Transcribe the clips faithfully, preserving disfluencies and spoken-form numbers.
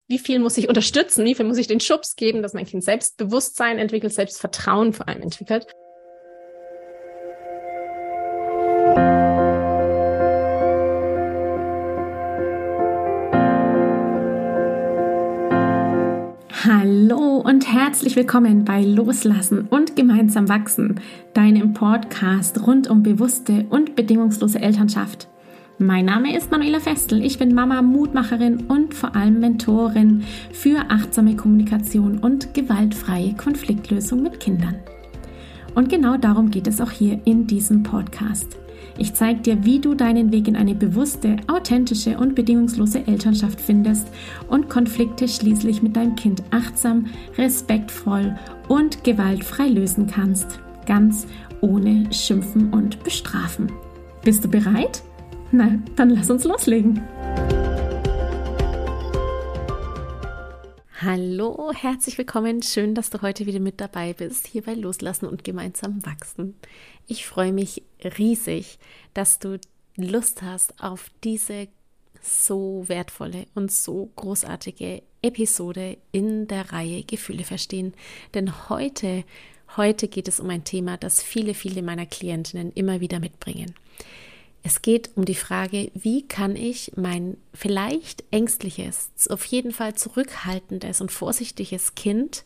wie viel muss ich unterstützen, wie viel muss ich den Schubs geben, dass mein Kind Selbstbewusstsein entwickelt, Selbstvertrauen vor allem entwickelt. Hallo und herzlich willkommen bei Loslassen und gemeinsam wachsen, deinem Podcast rund um bewusste und bedingungslose Elternschaft. Mein Name ist Manuela Festel, ich bin Mama, Mutmacherin und vor allem Mentorin für achtsame Kommunikation und gewaltfreie Konfliktlösung mit Kindern. Und genau darum geht es auch hier in diesem Podcast. Ich zeige dir, wie du deinen Weg in eine bewusste, authentische und bedingungslose Elternschaft findest und Konflikte schließlich mit deinem Kind achtsam, respektvoll und gewaltfrei lösen kannst. Ganz ohne Schimpfen und Bestrafen. Bist du bereit? Na, dann lass uns loslegen. Hallo, herzlich willkommen. Schön, dass du heute wieder mit dabei bist, hier bei Loslassen und gemeinsam wachsen. Ich freue mich riesig, dass du Lust hast auf diese so wertvolle und so großartige Episode in der Reihe Gefühle verstehen. Denn heute, heute geht es um ein Thema, das viele, viele meiner Klientinnen immer wieder mitbringen. Es geht um die Frage, wie kann ich mein vielleicht ängstliches, auf jeden Fall zurückhaltendes und vorsichtiges Kind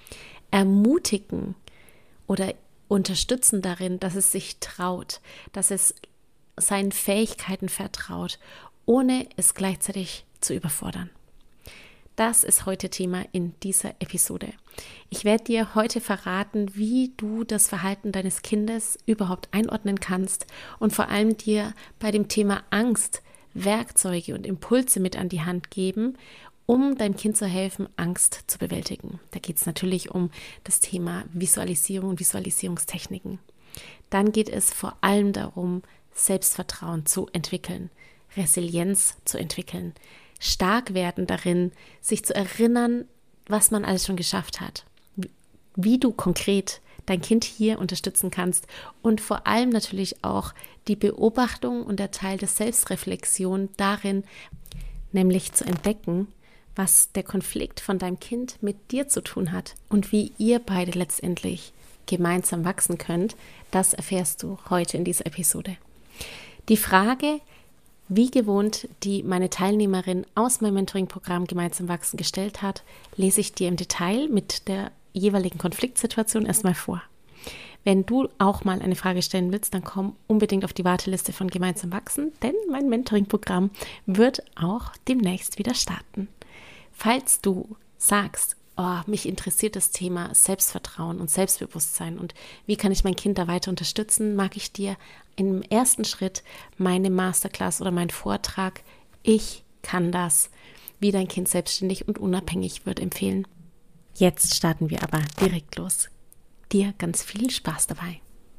ermutigen oder unterstützen darin, dass es sich traut, dass es seinen Fähigkeiten vertraut, ohne es gleichzeitig zu überfordern. Das ist heute Thema in dieser Episode. Ich werde dir heute verraten, wie du das Verhalten deines Kindes überhaupt einordnen kannst und vor allem dir bei dem Thema Angst Werkzeuge und Impulse mit an die Hand geben, um deinem Kind zu helfen, Angst zu bewältigen. Da geht es natürlich um das Thema Visualisierung und Visualisierungstechniken. Dann geht es vor allem darum, Selbstvertrauen zu entwickeln, Resilienz zu entwickeln, stark werden darin, sich zu erinnern, was man alles schon geschafft hat, wie du konkret dein Kind hier unterstützen kannst und vor allem natürlich auch die Beobachtung und der Teil der Selbstreflexion darin, nämlich zu entdecken, was der Konflikt von deinem Kind mit dir zu tun hat und wie ihr beide letztendlich gemeinsam wachsen könnt, das erfährst du heute in dieser Episode. Die Frage, wie gewohnt, die meine Teilnehmerin aus meinem Mentoring-Programm Gemeinsam wachsen gestellt hat, lese ich dir im Detail mit der jeweiligen Konfliktsituation erstmal vor. Wenn du auch mal eine Frage stellen willst, dann komm unbedingt auf die Warteliste von Gemeinsam wachsen, denn mein Mentoring-Programm wird auch demnächst wieder starten. Falls du sagst, oh, mich interessiert das Thema Selbstvertrauen und Selbstbewusstsein und wie kann ich mein Kind da weiter unterstützen, mag ich dir im ersten Schritt meine Masterclass oder meinen Vortrag Ich kann das, wie dein Kind selbstständig und unabhängig wird, empfehlen. Jetzt starten wir aber direkt los. Dir ganz viel Spaß dabei.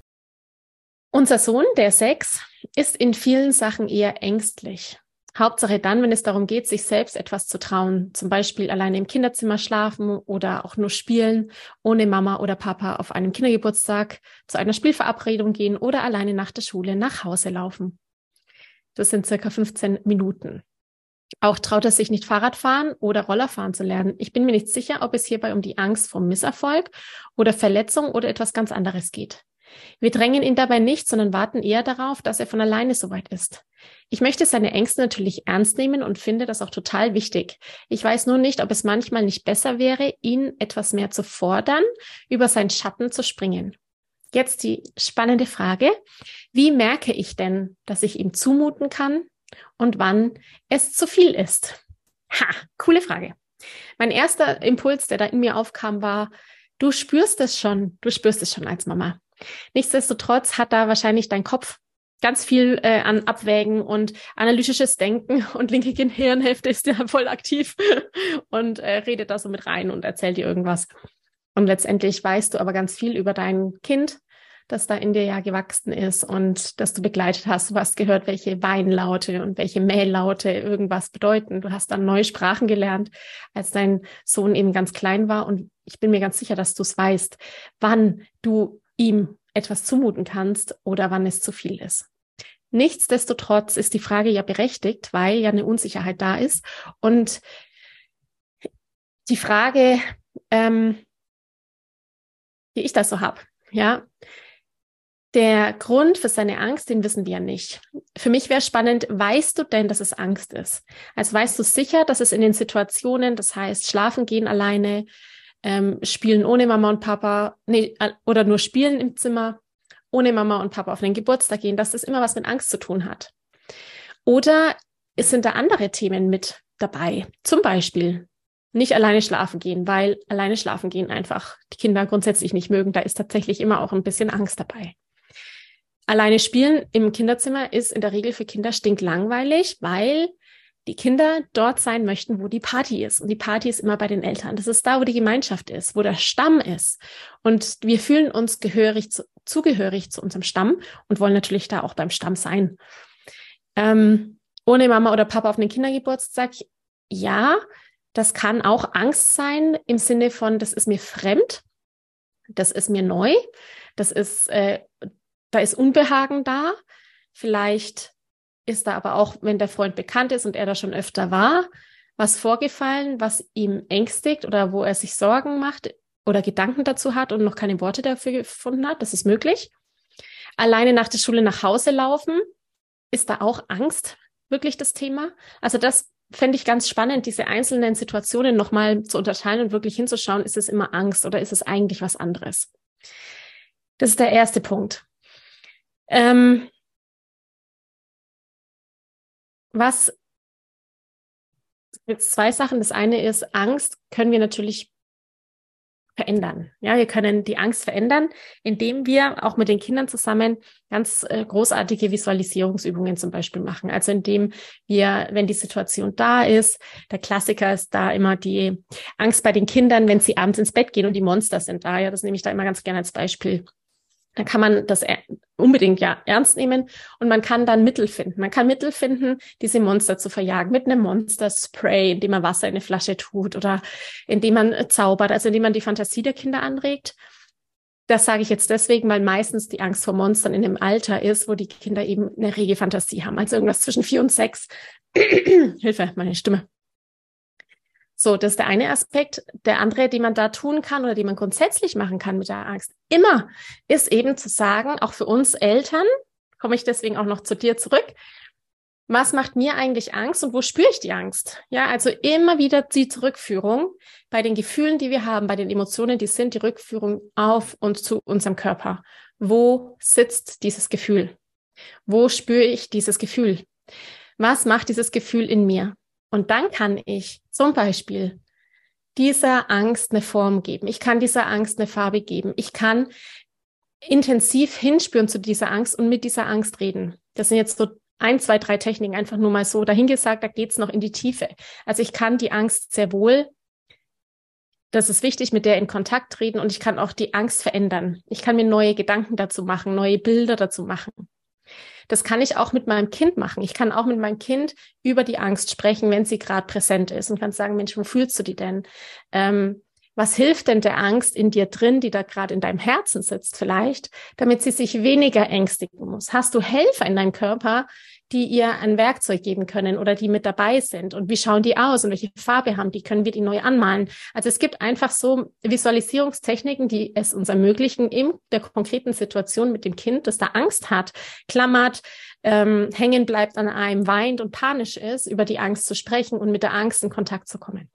Unser Sohn, der sechs, ist in vielen Sachen eher ängstlich. Hauptsache dann, wenn es darum geht, sich selbst etwas zu trauen, zum Beispiel alleine im Kinderzimmer schlafen oder auch nur spielen, ohne Mama oder Papa auf einem Kindergeburtstag zu einer Spielverabredung gehen oder alleine nach der Schule nach Hause laufen. Das sind circa fünfzehn Minuten. Auch traut er sich nicht Fahrrad fahren oder Roller fahren zu lernen. Ich bin mir nicht sicher, ob es hierbei um die Angst vor Misserfolg oder Verletzung oder etwas ganz anderes geht. Wir drängen ihn dabei nicht, sondern warten eher darauf, dass er von alleine soweit ist. Ich möchte seine Ängste natürlich ernst nehmen und finde das auch total wichtig. Ich weiß nur nicht, ob es manchmal nicht besser wäre, ihn etwas mehr zu fordern, über seinen Schatten zu springen. Jetzt die spannende Frage: Wie merke ich denn, dass ich ihm zumuten kann und wann es zu viel ist? Ha, coole Frage. Mein erster Impuls, der da in mir aufkam, war: Du spürst es schon, du spürst es schon als Mama. Nichtsdestotrotz hat da wahrscheinlich dein Kopf ganz viel äh, an Abwägen und analytisches Denken und linke Gehirnhälfte ist ja voll aktiv und äh, redet da so mit rein und erzählt dir irgendwas. Und letztendlich weißt du aber ganz viel über dein Kind, das da in dir ja gewachsen ist und das du begleitet hast. Du hast gehört, welche Weinlaute und welche Mählaute irgendwas bedeuten. Du hast dann neue Sprachen gelernt, als dein Sohn eben ganz klein war. Und ich bin mir ganz sicher, dass du es weißt, wann du ihm etwas zumuten kannst oder wann es zu viel ist. Nichtsdestotrotz ist die Frage ja berechtigt, weil ja eine Unsicherheit da ist. Und die Frage, ähm, wie ich das so habe, ja, der Grund für seine Angst, den wissen wir ja nicht. Für mich wäre spannend, weißt du denn, dass es Angst ist? Also weißt du sicher, dass es in den Situationen, das heißt schlafen gehen alleine, ähm, spielen ohne Mama und Papa, nee, oder nur spielen im Zimmer, ohne Mama und Papa auf den Geburtstag gehen, dass das immer was mit Angst zu tun hat? Oder sind da andere Themen mit dabei? Zum Beispiel nicht alleine schlafen gehen, weil alleine schlafen gehen einfach die Kinder grundsätzlich nicht mögen. Da ist tatsächlich immer auch ein bisschen Angst dabei. Alleine spielen im Kinderzimmer ist in der Regel für Kinder stinklangweilig, weil die Kinder dort sein möchten, wo die Party ist. Und die Party ist immer bei den Eltern. Das ist da, wo die Gemeinschaft ist, wo der Stamm ist. Und wir fühlen uns gehörig zu, zugehörig zu unserem Stamm und wollen natürlich da auch beim Stamm sein. Ähm, ohne Mama oder Papa auf den Kindergeburtstag, ja, das kann auch Angst sein im Sinne von, das ist mir fremd, das ist mir neu, das ist, äh, da ist Unbehagen da. Vielleicht ist da aber auch, wenn der Freund bekannt ist und er da schon öfter war, was vorgefallen, was ihm ängstigt oder wo er sich Sorgen macht oder Gedanken dazu hat und noch keine Worte dafür gefunden hat. Das ist möglich. Alleine nach der Schule nach Hause laufen, ist da auch Angst wirklich das Thema? Also das fände ich ganz spannend, diese einzelnen Situationen nochmal zu unterteilen und wirklich hinzuschauen, ist es immer Angst oder ist es eigentlich was anderes? Das ist der erste Punkt. Ähm, was, jetzt zwei Sachen. Das eine ist, Angst können wir natürlich verändern. Ja, wir können die Angst verändern, indem wir auch mit den Kindern zusammen ganz äh, großartige Visualisierungsübungen zum Beispiel machen. Also indem wir, wenn die Situation da ist, der Klassiker ist da immer die Angst bei den Kindern, wenn sie abends ins Bett gehen und die Monster sind da. Ja, das nehme ich da immer ganz gerne als Beispiel. Da kann man das unbedingt ja ernst nehmen und man kann dann Mittel finden. Man kann Mittel finden, diese Monster zu verjagen mit einem Monster-Spray, indem man Wasser in eine Flasche tut oder indem man zaubert, also indem man die Fantasie der Kinder anregt. Das sage ich jetzt deswegen, weil meistens die Angst vor Monstern in dem Alter ist, wo die Kinder eben eine rege Fantasie haben. Also irgendwas zwischen vier und sechs. Hilfe, meine Stimme. So, das ist der eine Aspekt. Der andere, den man da tun kann oder den man grundsätzlich machen kann mit der Angst, immer, ist eben zu sagen, auch für uns Eltern, komme ich deswegen auch noch zu dir zurück, was macht mir eigentlich Angst und wo spüre ich die Angst? Ja, also immer wieder die Zurückführung bei den Gefühlen, die wir haben, bei den Emotionen, die sind die Rückführung auf und zu unserem Körper. Wo sitzt dieses Gefühl? Wo spüre ich dieses Gefühl? Was macht dieses Gefühl in mir? Und dann kann ich zum Beispiel dieser Angst eine Form geben. Ich kann dieser Angst eine Farbe geben. Ich kann intensiv hinspüren zu dieser Angst und mit dieser Angst reden. Das sind jetzt so ein, zwei, drei Techniken, einfach nur mal so dahingesagt, da geht's noch in die Tiefe. Also ich kann die Angst sehr wohl, das ist wichtig, mit der in Kontakt treten und ich kann auch die Angst verändern. Ich kann mir neue Gedanken dazu machen, neue Bilder dazu machen. Das kann ich auch mit meinem Kind machen. Ich kann auch mit meinem Kind über die Angst sprechen, wenn sie gerade präsent ist und kann sagen, Mensch, wo fühlst du die denn? Ähm, was hilft denn der Angst in dir drin, die da gerade in deinem Herzen sitzt vielleicht, damit sie sich weniger ängstigen muss? Hast du Helfer in deinem Körper, die ihr ein Werkzeug geben können oder die mit dabei sind? Und wie schauen die aus und welche Farbe haben die? Können wir die neu anmalen? Also es gibt einfach so Visualisierungstechniken, die es uns ermöglichen, in der konkreten Situation mit dem Kind, das da Angst hat, klammert, ähm, hängen bleibt an einem, weint und panisch ist, über die Angst zu sprechen und mit der Angst in Kontakt zu kommen.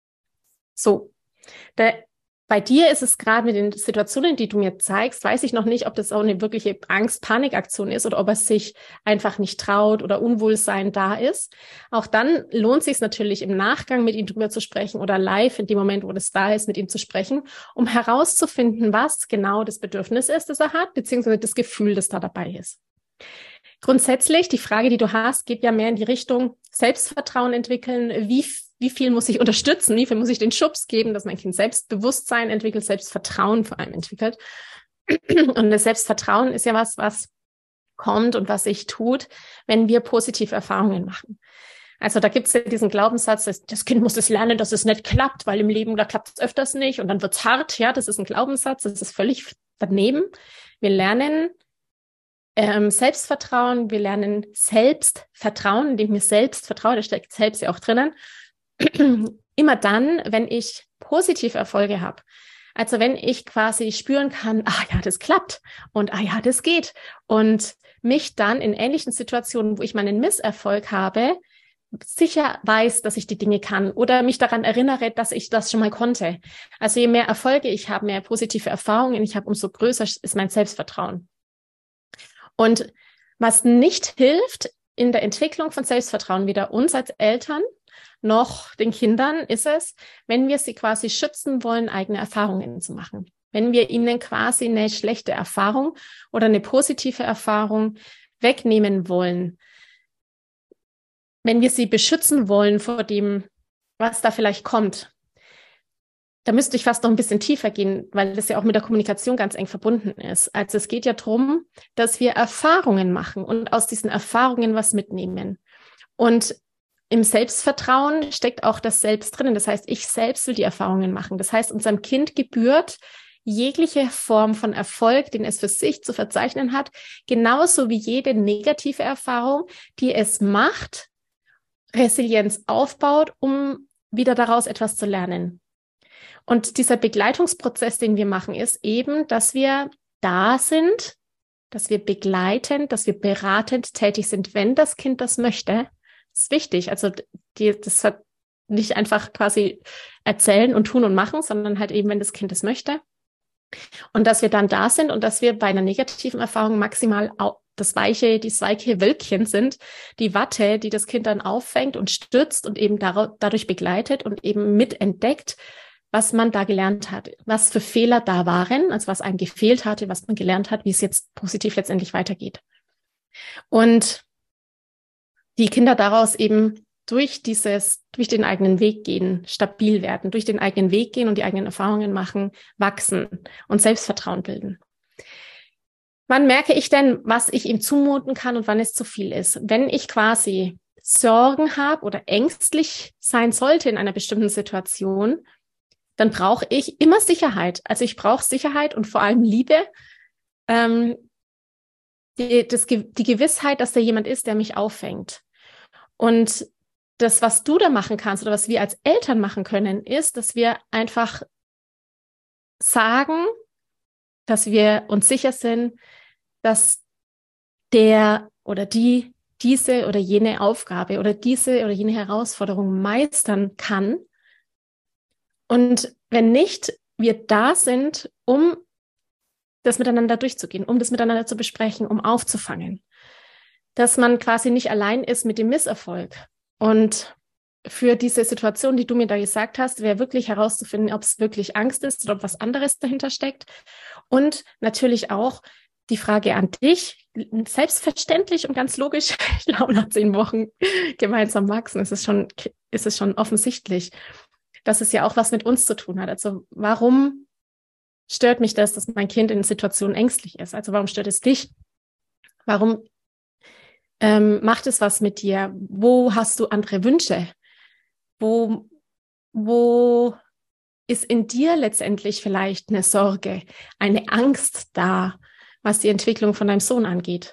So. Der, bei dir ist es gerade mit den Situationen, die du mir zeigst, weiß ich noch nicht, ob das auch eine wirkliche Angst-Panik-Aktion ist oder ob er sich einfach nicht traut oder Unwohlsein da ist. Auch dann lohnt es sich natürlich im Nachgang mit ihm drüber zu sprechen oder live in dem Moment, wo das da ist, mit ihm zu sprechen, um herauszufinden, was genau das Bedürfnis ist, das er hat, beziehungsweise das Gefühl, das da dabei ist. Grundsätzlich, die Frage, die du hast, geht ja mehr in die Richtung Selbstvertrauen entwickeln. Wie, wie viel muss ich unterstützen? Wie viel muss ich den Schubs geben, dass mein Kind Selbstbewusstsein entwickelt, Selbstvertrauen vor allem entwickelt? Und das Selbstvertrauen ist ja was, was kommt und was sich tut, wenn wir positive Erfahrungen machen. Also da gibt es ja diesen Glaubenssatz, dass das Kind muss es lernen, dass es nicht klappt, weil im Leben, da klappt es öfters nicht und dann wird's hart. Ja, das ist ein Glaubenssatz, das ist völlig daneben. Wir lernen Ähm, Selbstvertrauen, wir lernen Selbstvertrauen, indem wir selbst vertrauen, da steckt selbst ja auch drinnen, immer dann, wenn ich positive Erfolge habe. Also wenn ich quasi spüren kann, ah ja, das klappt und ah ja, das geht. Und mich dann in ähnlichen Situationen, wo ich mal einen Misserfolg habe, sicher weiß, dass ich die Dinge kann oder mich daran erinnere, dass ich das schon mal konnte. Also je mehr Erfolge ich habe, mehr positive Erfahrungen ich habe, umso größer ist mein Selbstvertrauen. Und was nicht hilft in der Entwicklung von Selbstvertrauen, weder uns als Eltern noch den Kindern, ist es, wenn wir sie quasi schützen wollen, eigene Erfahrungen zu machen. Wenn wir ihnen quasi eine schlechte Erfahrung oder eine positive Erfahrung wegnehmen wollen, wenn wir sie beschützen wollen vor dem, was da vielleicht kommt, da müsste ich fast noch ein bisschen tiefer gehen, weil das ja auch mit der Kommunikation ganz eng verbunden ist. Also es geht ja darum, dass wir Erfahrungen machen und aus diesen Erfahrungen was mitnehmen. Und im Selbstvertrauen steckt auch das Selbst drinnen. Das heißt, ich selbst will die Erfahrungen machen. Das heißt, unserem Kind gebührt jegliche Form von Erfolg, den es für sich zu verzeichnen hat, genauso wie jede negative Erfahrung, die es macht, Resilienz aufbaut, um wieder daraus etwas zu lernen. Und dieser Begleitungsprozess, den wir machen, ist eben, dass wir da sind, dass wir begleitend, dass wir beratend tätig sind, wenn das Kind das möchte. Das ist wichtig. Also die, das hat nicht einfach quasi erzählen und tun und machen, sondern halt eben, wenn das Kind das möchte. Und dass wir dann da sind und dass wir bei einer negativen Erfahrung maximal das weiche, die weiche Wölkchen sind, die Watte, die das Kind dann auffängt und stützt und eben dadurch begleitet und eben mitentdeckt, was man da gelernt hat, was für Fehler da waren, also was einem gefehlt hatte, was man gelernt hat, wie es jetzt positiv letztendlich weitergeht. Und die Kinder daraus eben durch dieses, durch den eigenen Weg gehen, stabil werden, durch den eigenen Weg gehen und die eigenen Erfahrungen machen, wachsen und Selbstvertrauen bilden. Wann merke ich denn, was ich ihm zumuten kann und wann es zu viel ist? Wenn ich quasi Sorgen habe oder ängstlich sein sollte in einer bestimmten Situation, dann brauche ich immer Sicherheit. Also ich brauche Sicherheit und vor allem Liebe, ähm, die, das, die Gewissheit, dass da jemand ist, der mich auffängt. Und das, was du da machen kannst oder was wir als Eltern machen können, ist, dass wir einfach sagen, dass wir uns sicher sind, dass der oder die diese oder jene Aufgabe oder diese oder jene Herausforderung meistern kann. Und wenn nicht, wir da sind, um das miteinander durchzugehen, um das miteinander zu besprechen, um aufzufangen. Dass man quasi nicht allein ist mit dem Misserfolg. Und für diese Situation, die du mir da gesagt hast, wäre wirklich herauszufinden, ob es wirklich Angst ist oder ob was anderes dahinter steckt. Und natürlich auch die Frage an dich, selbstverständlich und ganz logisch, ich glaube, nach zehn Wochen gemeinsam wachsen, ist es schon, ist es schon offensichtlich, dass es ja auch was mit uns zu tun hat. Also warum stört mich das, dass mein Kind in Situationen ängstlich ist? Also warum stört es dich? Warum ähm, macht es was mit dir? Wo hast du andere Wünsche? Wo, wo ist in dir letztendlich vielleicht eine Sorge, eine Angst da, was die Entwicklung von deinem Sohn angeht?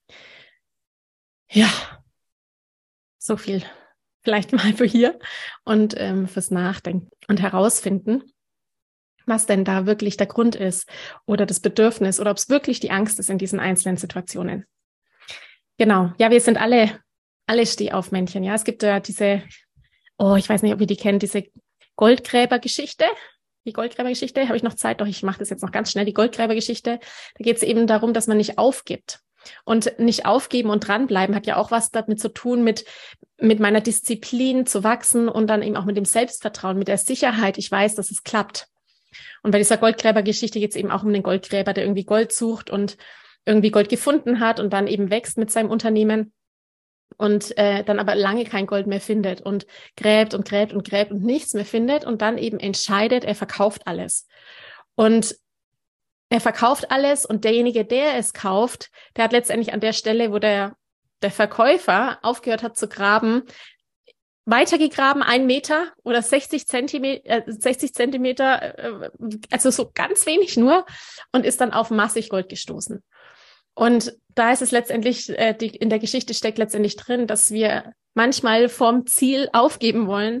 Ja, so viel vielleicht mal für hier und ähm, fürs Nachdenken und herausfinden, was denn da wirklich der Grund ist oder das Bedürfnis oder ob es wirklich die Angst ist in diesen einzelnen Situationen. Genau, ja, wir sind alle, alle Stehaufmännchen, ja. Es gibt ja diese, oh, ich weiß nicht, ob ihr die kennt, diese Goldgräbergeschichte. Die Goldgräbergeschichte, habe ich noch Zeit? Doch, ich mache das jetzt noch ganz schnell. Die Goldgräbergeschichte, da geht es eben darum, dass man nicht aufgibt. Und nicht aufgeben und dranbleiben hat ja auch was damit zu tun, mit, mit meiner Disziplin zu wachsen und dann eben auch mit dem Selbstvertrauen, mit der Sicherheit. Ich weiß, dass es klappt. Und bei dieser Goldgräbergeschichte geht es eben auch um den Goldgräber, der irgendwie Gold sucht und irgendwie Gold gefunden hat und dann eben wächst mit seinem Unternehmen und äh, dann aber lange kein Gold mehr findet und gräbt und gräbt und gräbt und nichts mehr findet und dann eben entscheidet, er verkauft alles. Und er verkauft alles und derjenige, der es kauft, der hat letztendlich an der Stelle, wo der, der Verkäufer aufgehört hat zu graben, weitergegraben, ein Meter oder sechzig Zentimeter, äh, sechzig Zentimeter, äh, also so ganz wenig nur und ist dann auf massig Gold gestoßen. Und da ist es letztendlich, äh, die, in der Geschichte steckt letztendlich drin, dass wir manchmal vom Ziel aufgeben wollen,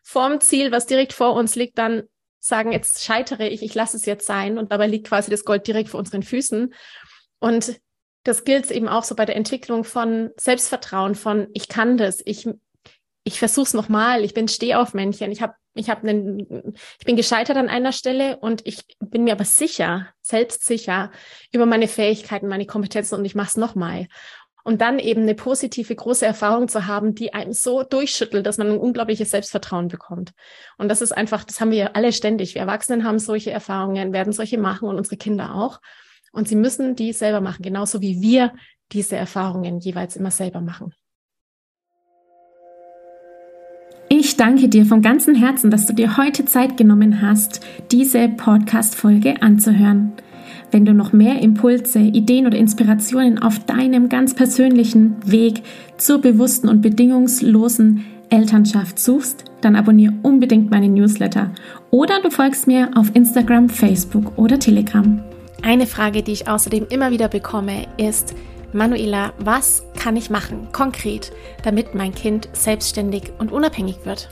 vorm Ziel, was direkt vor uns liegt, dann sagen, jetzt scheitere ich, ich lasse es jetzt sein. Und dabei liegt quasi das Gold direkt vor unseren Füßen. Und das gilt eben auch so bei der Entwicklung von Selbstvertrauen, von ich kann das, ich ich versuche es nochmal, ich bin Stehaufmännchen, ich habe ich hab einen, ich bin gescheitert an einer Stelle und ich bin mir aber sicher, selbstsicher über meine Fähigkeiten, meine Kompetenzen und ich mache es nochmal. Und dann eben eine positive, große Erfahrung zu haben, die einem so durchschüttelt, dass man ein unglaubliches Selbstvertrauen bekommt. Und das ist einfach, das haben wir ja alle ständig. Wir Erwachsenen haben solche Erfahrungen, werden solche machen und unsere Kinder auch. Und sie müssen die selber machen, genauso wie wir diese Erfahrungen jeweils immer selber machen. Ich danke dir von ganzem Herzen, dass du dir heute Zeit genommen hast, diese Podcast-Folge anzuhören. Wenn du noch mehr Impulse, Ideen oder Inspirationen auf deinem ganz persönlichen Weg zur bewussten und bedingungslosen Elternschaft suchst, dann abonniere unbedingt meine Newsletter oder du folgst mir auf Instagram, Facebook oder Telegram. Eine Frage, die ich außerdem immer wieder bekomme, ist: Manuela, was kann ich machen, konkret, damit mein Kind selbstständig und unabhängig wird?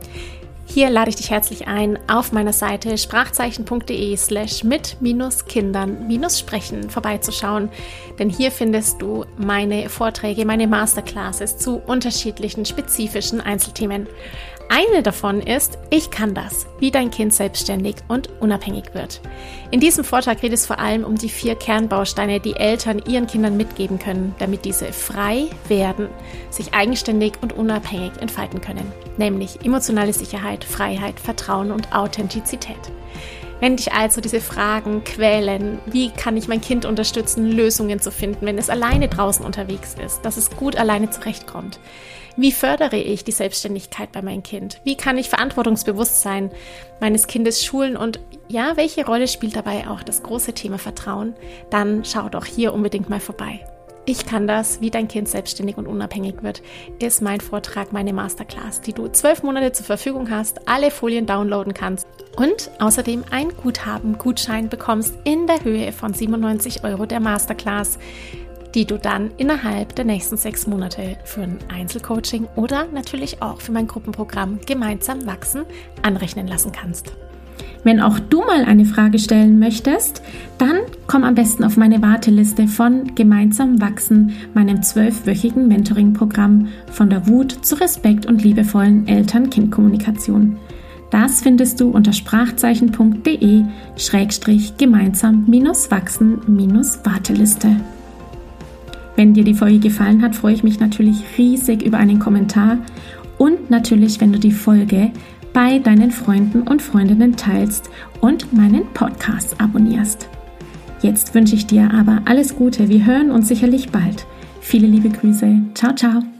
Hier lade ich dich herzlich ein, auf meiner Seite sprachzeichen.de slash mit minus Kindern minus sprechen vorbeizuschauen, denn hier findest du meine Vorträge, meine Masterclasses zu unterschiedlichen spezifischen Einzelthemen. Eine davon ist, ich kann das, wie dein Kind selbstständig und unabhängig wird. In diesem Vortrag geht es vor allem um die vier Kernbausteine, die Eltern ihren Kindern mitgeben können, damit diese frei werden, sich eigenständig und unabhängig entfalten können, nämlich emotionale Sicherheit, Freiheit, Vertrauen und Authentizität. Wenn dich also diese Fragen quälen, wie kann ich mein Kind unterstützen, Lösungen zu finden, wenn es alleine draußen unterwegs ist, dass es gut alleine zurechtkommt? Wie fördere ich die Selbstständigkeit bei meinem Kind? Wie kann ich Verantwortungsbewusstsein meines Kindes schulen? Und ja, welche Rolle spielt dabei auch das große Thema Vertrauen? Dann schau doch hier unbedingt mal vorbei. Ich kann das, wie dein Kind selbstständig und unabhängig wird, ist mein Vortrag, meine Masterclass, die du zwölf Monate zur Verfügung hast, alle Folien downloaden kannst und außerdem ein Guthaben, Gutschein bekommst in der Höhe von siebenundneunzig Euro der Masterclass, die du dann innerhalb der nächsten sechs Monate für ein Einzelcoaching oder natürlich auch für mein Gruppenprogramm Gemeinsam wachsen anrechnen lassen kannst. Wenn auch du mal eine Frage stellen möchtest, dann komm am besten auf meine Warteliste von Gemeinsam wachsen, meinem zwölfwöchigen Mentoring-Programm von der Wut zu Respekt und liebevollen Eltern-Kind-Kommunikation. Das findest du unter sprachzeichen.de schrägstrich gemeinsam minus wachsen minus Warteliste. Wenn dir die Folge gefallen hat, freue ich mich natürlich riesig über einen Kommentar und natürlich, wenn du die Folge bei deinen Freunden und Freundinnen teilst und meinen Podcast abonnierst. Jetzt wünsche ich dir aber alles Gute. Wir hören uns sicherlich bald. Viele liebe Grüße. Ciao, ciao.